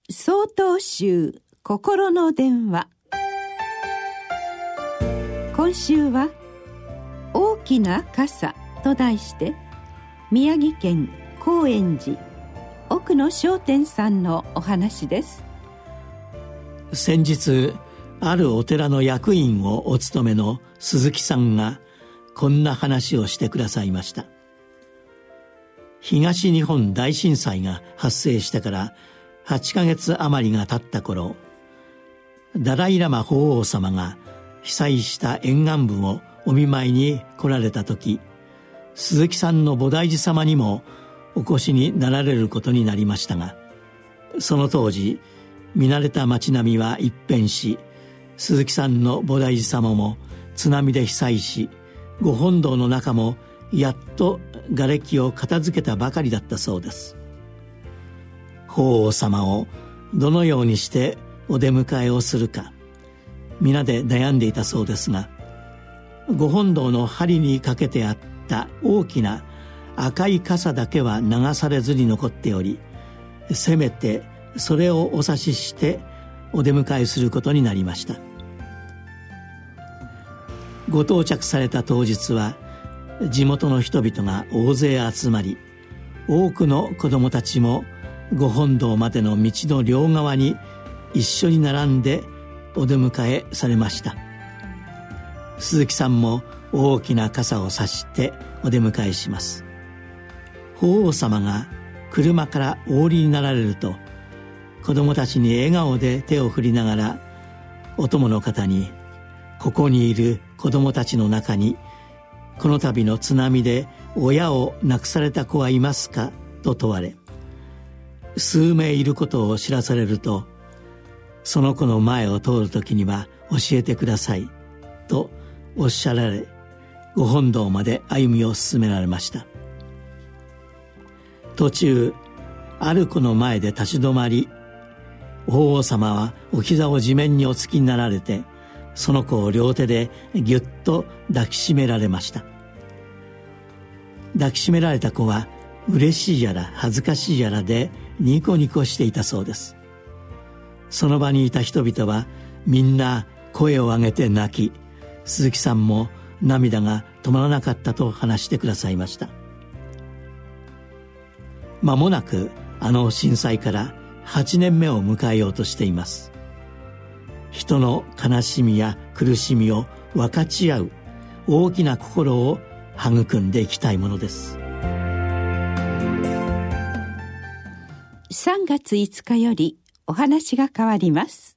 曹洞宗心の電話。今週は大きな傘と題して、宮城県高円寺奥野商店さんのお話です。 先日あるお寺の役員をお務めの鈴木さんがこんな話をしてくださいました。東日本大震災が発生してから8ヶ月余りが経った頃、ダライラマ法皇様が被災した沿岸部をお見舞いに来られた時、鈴木さんの菩提寺様にもお越しになられることになりましたが、その当時見慣れた町並みは一変し、鈴木さんの菩提寺様も津波で被災し、ご本堂の中もやっと瓦礫を片付けたばかりだったそうです。法皇様をどのようにしてお出迎えをするか皆で悩んでいたそうですが、ご本堂の梁にかけてあった大きな赤い傘だけは流されずに残っており、せめてそれをお指ししてお出迎えすることになりました。ご到着された当日は地元の人々が大勢集まり、多くの子どもたちもご本堂までの道の両側に一緒に並んでお出迎えされました。鈴木さんも大きな傘を差してお出迎えします。法皇様が車からお降りになられると、子どもたちに笑顔で手を振りながら、お供の方に、ここにいる子どもたちの中にこの度の津波で親を亡くされた子はいますかと問われ、数名いることを知らされると、その子の前を通るときには教えてくださいとおっしゃられ、ご本堂まで歩みを進められました。途中ある子の前で立ち止まり、法皇様はお膝を地面におつきになられて、その子を両手でぎゅっと抱きしめられました。抱きしめられた子は嬉しいやら恥ずかしいやらでニコニコしていたそうです。その場にいた人々はみんな声を上げて泣き、鈴木さんも涙が止まらなかったと話してくださいました。間もなくあの震災から8年目を迎えようとしています。人の悲しみや苦しみを分かち合う大きな心を育んでいきたいものです。 3月5日よりお話が変わります。